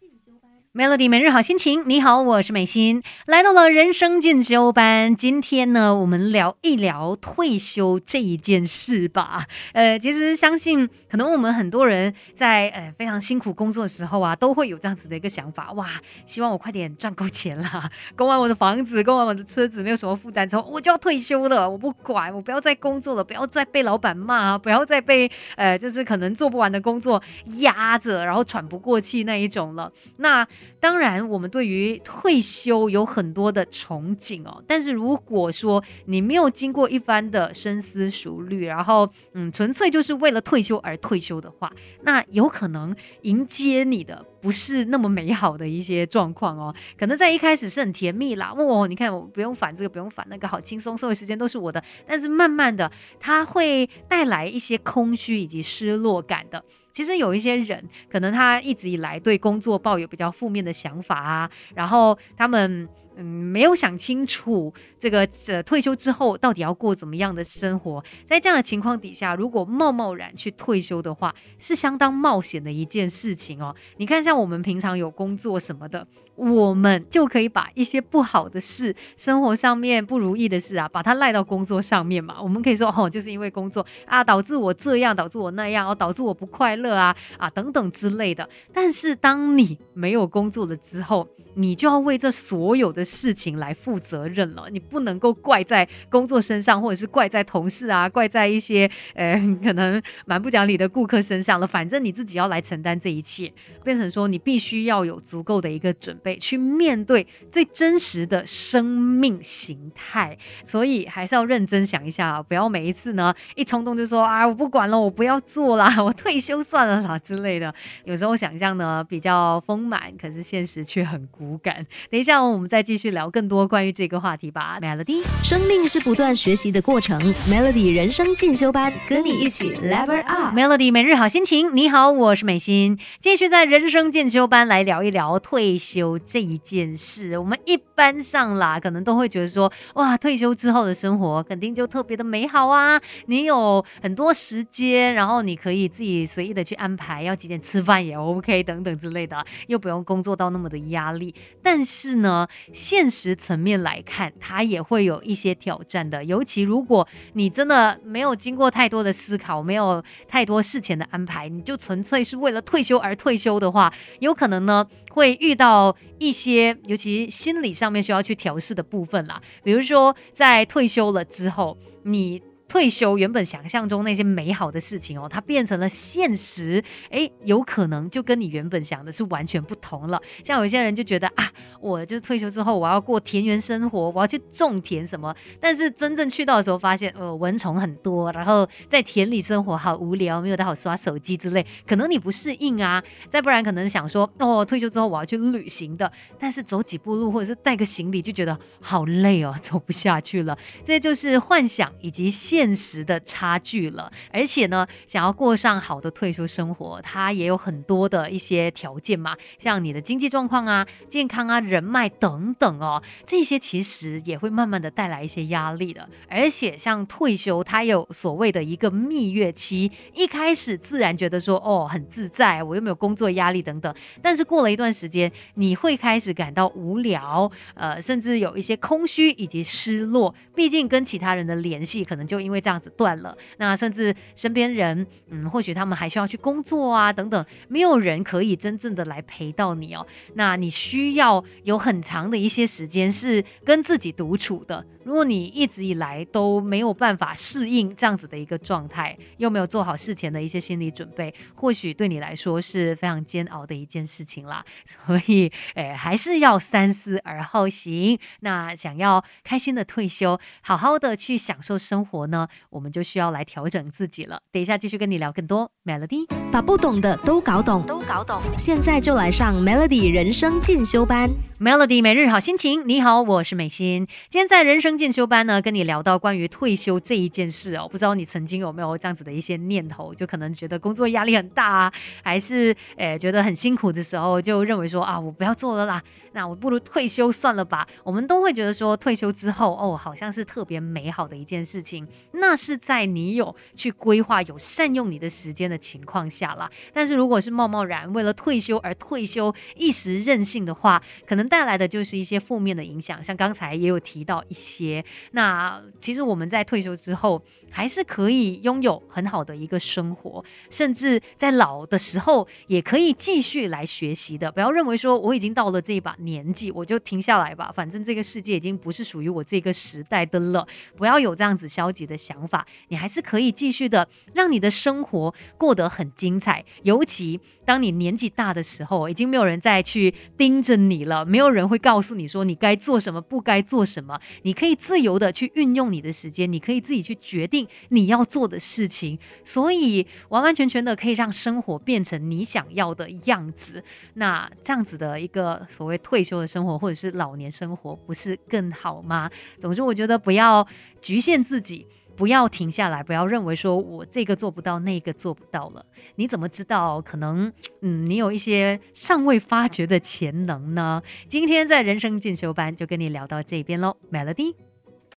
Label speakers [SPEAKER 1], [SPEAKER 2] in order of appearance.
[SPEAKER 1] Melody 每日好心情，你好，我是美心，来到了人生进修班。今天呢，我们聊一聊退休这一件事吧。其实相信可能我们很多人在非常辛苦工作的时候啊，都会有这样子的一个想法，哇，希望我快点赚够钱啦，供完我的房子，供完我的车子，没有什么负担之后，我就要退休了，我不管，我不要再工作了，不要再被老板骂，不要再被就是可能做不完的工作压着，然后喘不过气那一种了。那当然我们对于退休有很多的憧憬哦，但是如果说你没有经过一番的深思熟虑，然后纯粹就是为了退休而退休的话，那有可能迎接你的不是那么美好的一些状况哦。可能在一开始是很甜蜜啦，你看我不用烦这个不用烦那个，好轻松，所有时间都是我的，但是慢慢的它会带来一些空虚以及失落感的。其实有一些人可能他一直以来对工作抱有比较负面的想法啊，然后他们没有想清楚这个退休之后到底要过怎么样的生活。在这样的情况底下，如果贸贸然去退休的话，是相当冒险的一件事情哦。你看像我们平常有工作什么的，我们就可以把一些不好的事，生活上面不如意的事啊，把它赖到工作上面嘛。我们可以说就是因为工作啊导致我这样，导致我那样，导致我不快乐啊等等之类的。但是当你没有工作了之后，你就要为这所有的事情来负责任了，你不能够怪在工作身上，或者是怪在同事啊，怪在一些可能蛮不讲理的顾客身上了，反正你自己要来承担这一切，变成说你必须要有足够的一个准备去面对最真实的生命形态。所以还是要认真想一下，不要每一次呢一冲动就说我不管了，我不要做啦，我退休算了啦之类的。有时候想象呢比较丰满，可是现实却很骨感。等一下我们再继续聊更多关于这个话题吧。 Melody
[SPEAKER 2] 生命是不断学习的过程， Melody 人生进修班，跟你一起 Level Up。
[SPEAKER 1] Melody 每日好心情，你好，我是美心，继续在人生进修班来聊一聊退休这一件事。我们一般上啦可能都会觉得说，哇，退休之后的生活肯定就特别的美好啊，你有很多时间，然后你可以自己随意的去安排要几点吃饭也 OK 等等之类的，又不用工作到那么的压力。但是呢，现实层面来看，它也会有一些挑战的，尤其如果你真的没有经过太多的思考，没有太多事前的安排，你就纯粹是为了退休而退休的话，有可能呢会遇到一些尤其心理上面需要去调试的部分啦。比如说在退休了之后，你退休原本想象中那些美好的事情它变成了现实，有可能就跟你原本想的是完全不同了。像有些人就觉得我就是退休之后我要过田园生活，我要去种田什么，但是真正去到的时候发现蚊虫很多，然后在田里生活好无聊，没有得好刷手机之类，可能你不适应啊。再不然可能想说退休之后我要去旅行的，但是走几步路或者是带个行李就觉得好累走不下去了。这就是幻想以及现实的差距了。而且呢，想要过上好的退休生活，它也有很多的一些条件嘛，像你的经济状况啊、健康啊、人脉等等这些其实也会慢慢的带来一些压力的。而且像退休它有所谓的一个蜜月期，一开始自然觉得说很自在，我又没有工作压力等等，但是过了一段时间，你会开始感到无聊，甚至有一些空虚以及失落，毕竟跟其他人的联系可能就因为这样子断了，那甚至身边人或许他们还需要去工作啊等等，没有人可以真正的来陪到你那你需要有很长的一些时间是跟自己独处的。如果你一直以来都没有办法适应这样子的一个状态，又没有做好事前的一些心理准备，或许对你来说是非常煎熬的一件事情啦。所以还是要三思而后行。那想要开心的退休，好好的去享受生活呢，我们就需要来调整自己了。等一下继续跟你聊更多。 Melody
[SPEAKER 2] 把不懂的都搞懂，现在就来上 Melody 人生进修班。
[SPEAKER 1] Melody 每日好心情，你好，我是美心。今天在人生进修班呢，跟你聊到关于退休这一件事不知道你曾经有没有这样子的一些念头，就可能觉得工作压力很大啊，还是觉得很辛苦的时候，就认为说我不要做了啦，那我不如退休算了吧。我们都会觉得说退休之后好像是特别美好的一件事情，那是在你有去规划、有善用你的时间的的情况下啦。但是如果是贸贸然为了退休而退休，一时任性的话，可能带来的就是一些负面的影响，像刚才也有提到一些。那其实我们在退休之后还是可以拥有很好的一个生活，甚至在老的时候也可以继续来学习的。不要认为说我已经到了这一把年纪我就停下来吧，反正这个世界已经不是属于我这个时代的了，不要有这样子消极的想法，你还是可以继续的让你的生活过得很精彩。尤其当你年纪大的时候，已经没有人再去盯着你了，没有人会告诉你说你该做什么不该做什么，你可以自由的去运用你的时间，你可以自己去决定你要做的事情，所以完完全全的可以让生活变成你想要的样子。那这样子的一个所谓退休的生活或者是老年生活不是更好吗？总之我觉得不要局限自己，不要停下来，不要认为说我这个做不到那个做不到了，你怎么知道可能你有一些尚未发掘的潜能呢？今天在人生进修班就跟你聊到这边咯， Melody。